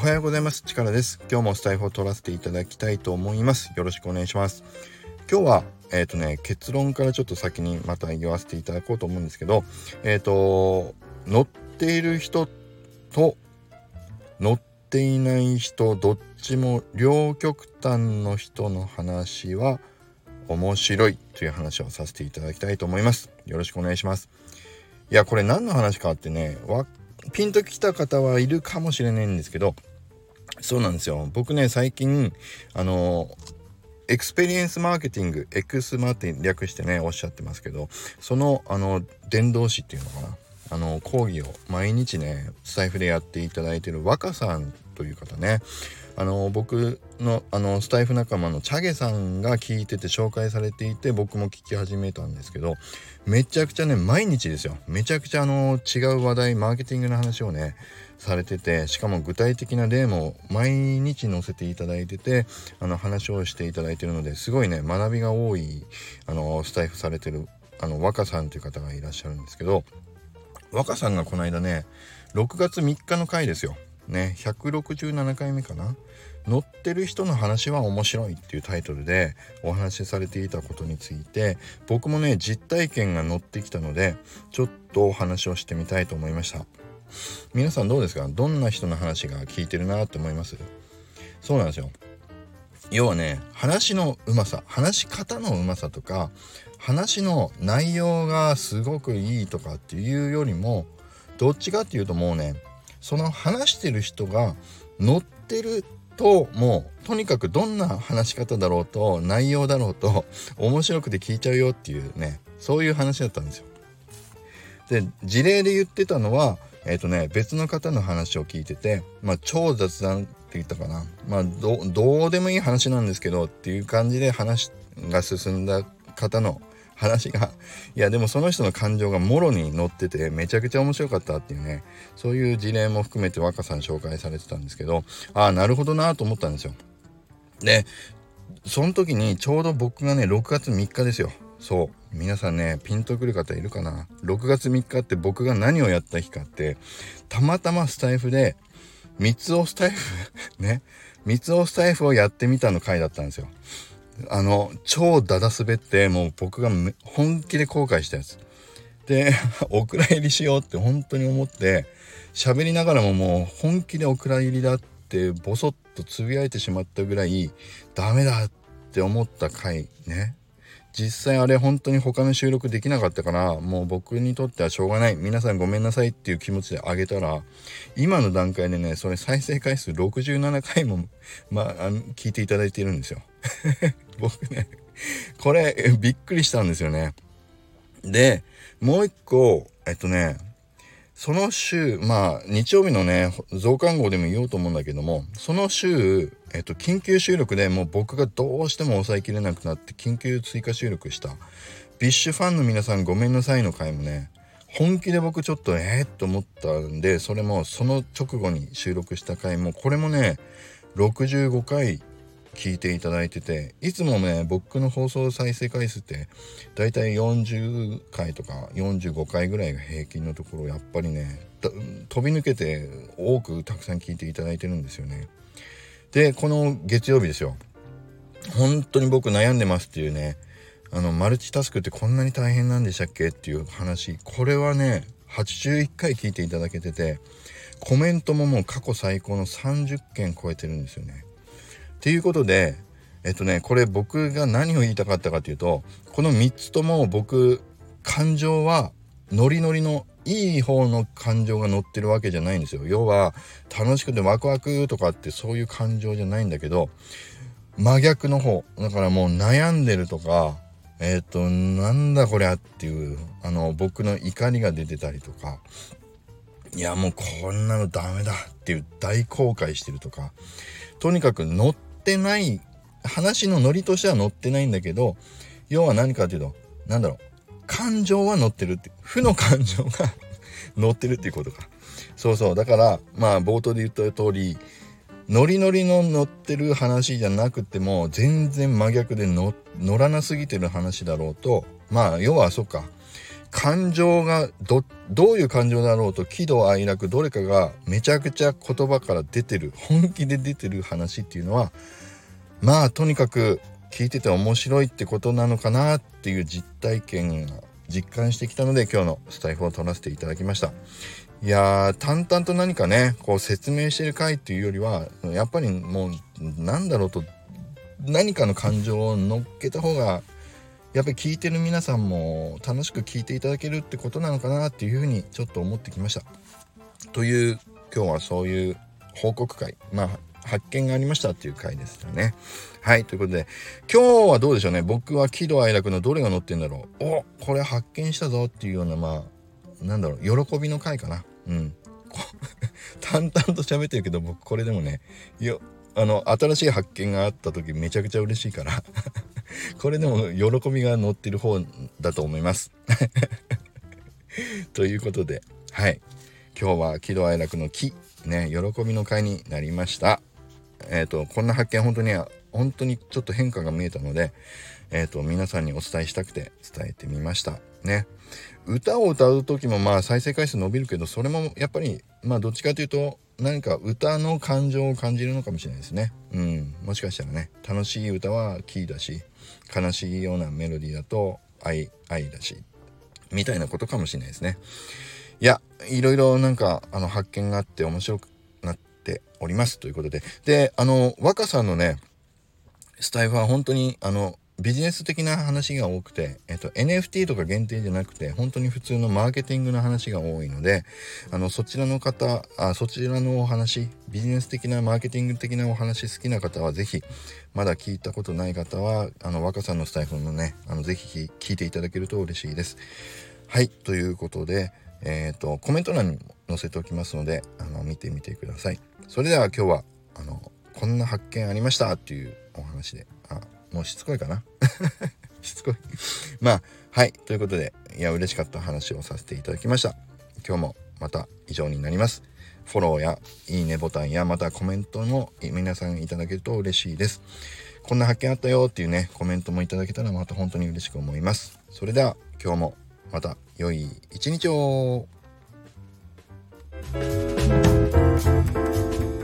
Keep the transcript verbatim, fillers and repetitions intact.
はようございます。チカラです。今日もスタイフを取らせていただきたいと思います。よろしくお願いします。今日はえっ、ー、とね結論からちょっと先にまた言わせていただこうと思うんですけど、えっ、ー、と乗っている人と乗っていない人、どっちも両極端の人の話は面白いという話をさせていただきたいと思います。よろしくお願いします。いやこれ何の話かってねわピンときた方はいるかもしれないんですけど、そうなんですよ。僕ね最近あのエクスペリエンスマーケティング、エクスマって略してねおっしゃってますけど、そのあの伝道師っていうのかな、あの講義を毎日ねスタイフでやっていただいている若さんという方ね、あの僕のあのスタイフ仲間のチャゲさんが聞いてて紹介されていて、僕も聞き始めたんですけど、めちゃくちゃね毎日ですよ、めちゃくちゃあの違う話題、マーケティングの話をねされてて、しかも具体的な例も毎日載せていただいてて、あの話をしていただいているので、すごいね学びが多いあのスタイフされてるあの若さんという方がいらっしゃるんですけど、若さんがこの間ねろくがつみっかの回ですよね、ひゃくろくじゅうななかいめかな、乗ってる人の話は面白いっていうタイトルでお話しされていたことについて、僕もね実体験が乗ってきたのでちょっとお話をしてみたいと思いました。皆さんどうですか？どんな人の話が聞いてるなって思います？そうなんですよ。要はね話のうまさ、話し方のうまさとか話の内容がすごくいいとかっていうよりも、どっちかっていうともうねその話してる人が乗ってると、もうとにかくどんな話し方だろうと内容だろうと面白くて聞いちゃうよっていうね、そういう話だったんですよ。で事例で言ってたのはえっ、ー、とね別の方の話を聞いてて、まあ超雑談って言ったかな、まあ ど, どうでもいい話なんですけどっていう感じで話が進んだ方の話が、いやでもその人の感情がもろに乗っててめちゃくちゃ面白かったっていうね、そういう事例も含めて若さん紹介されてたんですけど、ああなるほどなと思ったんですよ。でその時にちょうど僕がねろくがつみっかですよ。そう皆さんねピンとくる方いるかな。ろくがつみっかって僕が何をやった日かって、たまたまスタイフで三つおスタイフね三つおスタイフをやってみたの回だったんですよ。あの超ダダ滑って、もう僕が本気で後悔したやつでお蔵入りしようって本当に思って喋りながらも、もう本気でお蔵入りだってボソッとつぶやいてしまったぐらいダメだって思った回ね。実際あれ本当に他の収録できなかったから、もう僕にとってはしょうがない、皆さんごめんなさいっていう気持ちであげたら、今の段階でねそれ再生回数ろくじゅうななかいも、まあ、あの聞いていただいているんですよ僕ねこれびっくりしたんですよね。でもう一個えっとねその週、まあ日曜日のね増刊号でも言おうと思うんだけども、その週えっと緊急収録でもう僕がどうしても抑えきれなくなって緊急追加収録したビッシュファンの皆さんごめんなさいの回もね、本気で僕ちょっとえー、っと思ったんで、それもその直後に収録した回も、これもねろくじゅうごかい聞いていただいてて、いつもね僕の放送再生回数ってだいたいよんじゅっかいとかよんじゅうごかいぐらいが平均のところ、やっぱりね飛び抜けて多くたくさん聞いていただいてるんですよね。でこの月曜日ですよ、本当に僕悩んでますっていうね、あのマルチタスクってこんなに大変なんでしたっけっていう話、これはねはちじゅういっかい聞いていただけてて、コメントももう過去最高のさんじゅっけん超えてるんですよね。っていうことでえっとねこれ僕が何を言いたかったかというと、このみっつとも僕感情はノリノリのいい方の感情が乗ってるわけじゃないんですよ。要は楽しくてワクワクとかってそういう感情じゃないんだけど、真逆の方だからもう悩んでるとか、えっとなんだこりゃっていうあの僕の怒りが出てたりとか、いやもうこんなのダメだっていう大後悔してるとか、とにかく乗ってない、話のノリとしては乗ってないんだけど、要は何かというとなんだろう、感情は乗ってるって、負の感情が乗ってるっていうことか。そうそう、だからまあ冒頭で言った通り、ノリノリの乗ってる話じゃなくても全然真逆での乗らなすぎてる話だろうと、まあ要はそっか、 感情がどどういう感情だろうと喜怒哀楽どれかがめちゃくちゃ言葉から出てる、本気で出てる話っていうのは、まあとにかく聞いてて面白いってことなのかなっていう実体験が実感してきたので、今日のスタイフを取らせていただきました。いやー、淡々と何かねこう説明してる回っていうよりは、やっぱりもうなんだろうと何かの感情を乗っけた方がやっぱり聞いてる皆さんも楽しく聞いていただけるってことなのかなっていうふうにちょっと思ってきました。という今日はそういう報告会、まあ発見がありましたっていう回でしたね。はい、ということで今日はどうでしょうね。僕は喜怒哀楽のどれが載ってんだろう、おこれ発見したぞっていうような、まあなんだろう、喜びの回かな。うん淡々と喋ってるけど、僕これでもねよあの新しい発見があった時めちゃくちゃ嬉しいからこれでも喜びが乗ってる方だと思いますということで、はい今日は喜怒哀楽の喜ね、喜びの会になりました。えっとこんな発見本当に本当にちょっと変化が見えたので、えっと皆さんにお伝えしたくて伝えてみましたね。歌を歌う時もまあ再生回数伸びるけど、それもやっぱりまあどっちかというと何か歌の感情を感じるのかもしれないですね。うん、もしかしたらね、楽しい歌はキーだし、悲しいようなメロディーだと愛愛だしみたいなことかもしれないですね。いや、いろいろなんかあの発見があって面白くなっておりますということで、であの若さんのねスタイフは本当にあのビジネス的な話が多くて、えっと、エヌエフティー とか限定じゃなくて本当に普通のマーケティングの話が多いので、あのそちらの方あそちらのお話、ビジネス的なマーケティング的なお話好きな方はぜひ、まだ聞いたことない方はあの若さんのスタイフのねあのぜひ聞いていただけると嬉しいです。はい、ということでえっとコメント欄にも載せておきますので、あの見てみてください。それでは今日はあのこんな発見ありましたっていうお話で、あもうしつこいかなしつこいまあはいということで、いや嬉しかった話をさせていただきました。今日もまた以上になります。フォローやいいねボタンやまたコメントも皆さんいただけると嬉しいです。こんな発見あったよっていうねコメントもいただけたらまた本当に嬉しく思います。それでは今日もまた良い一日を。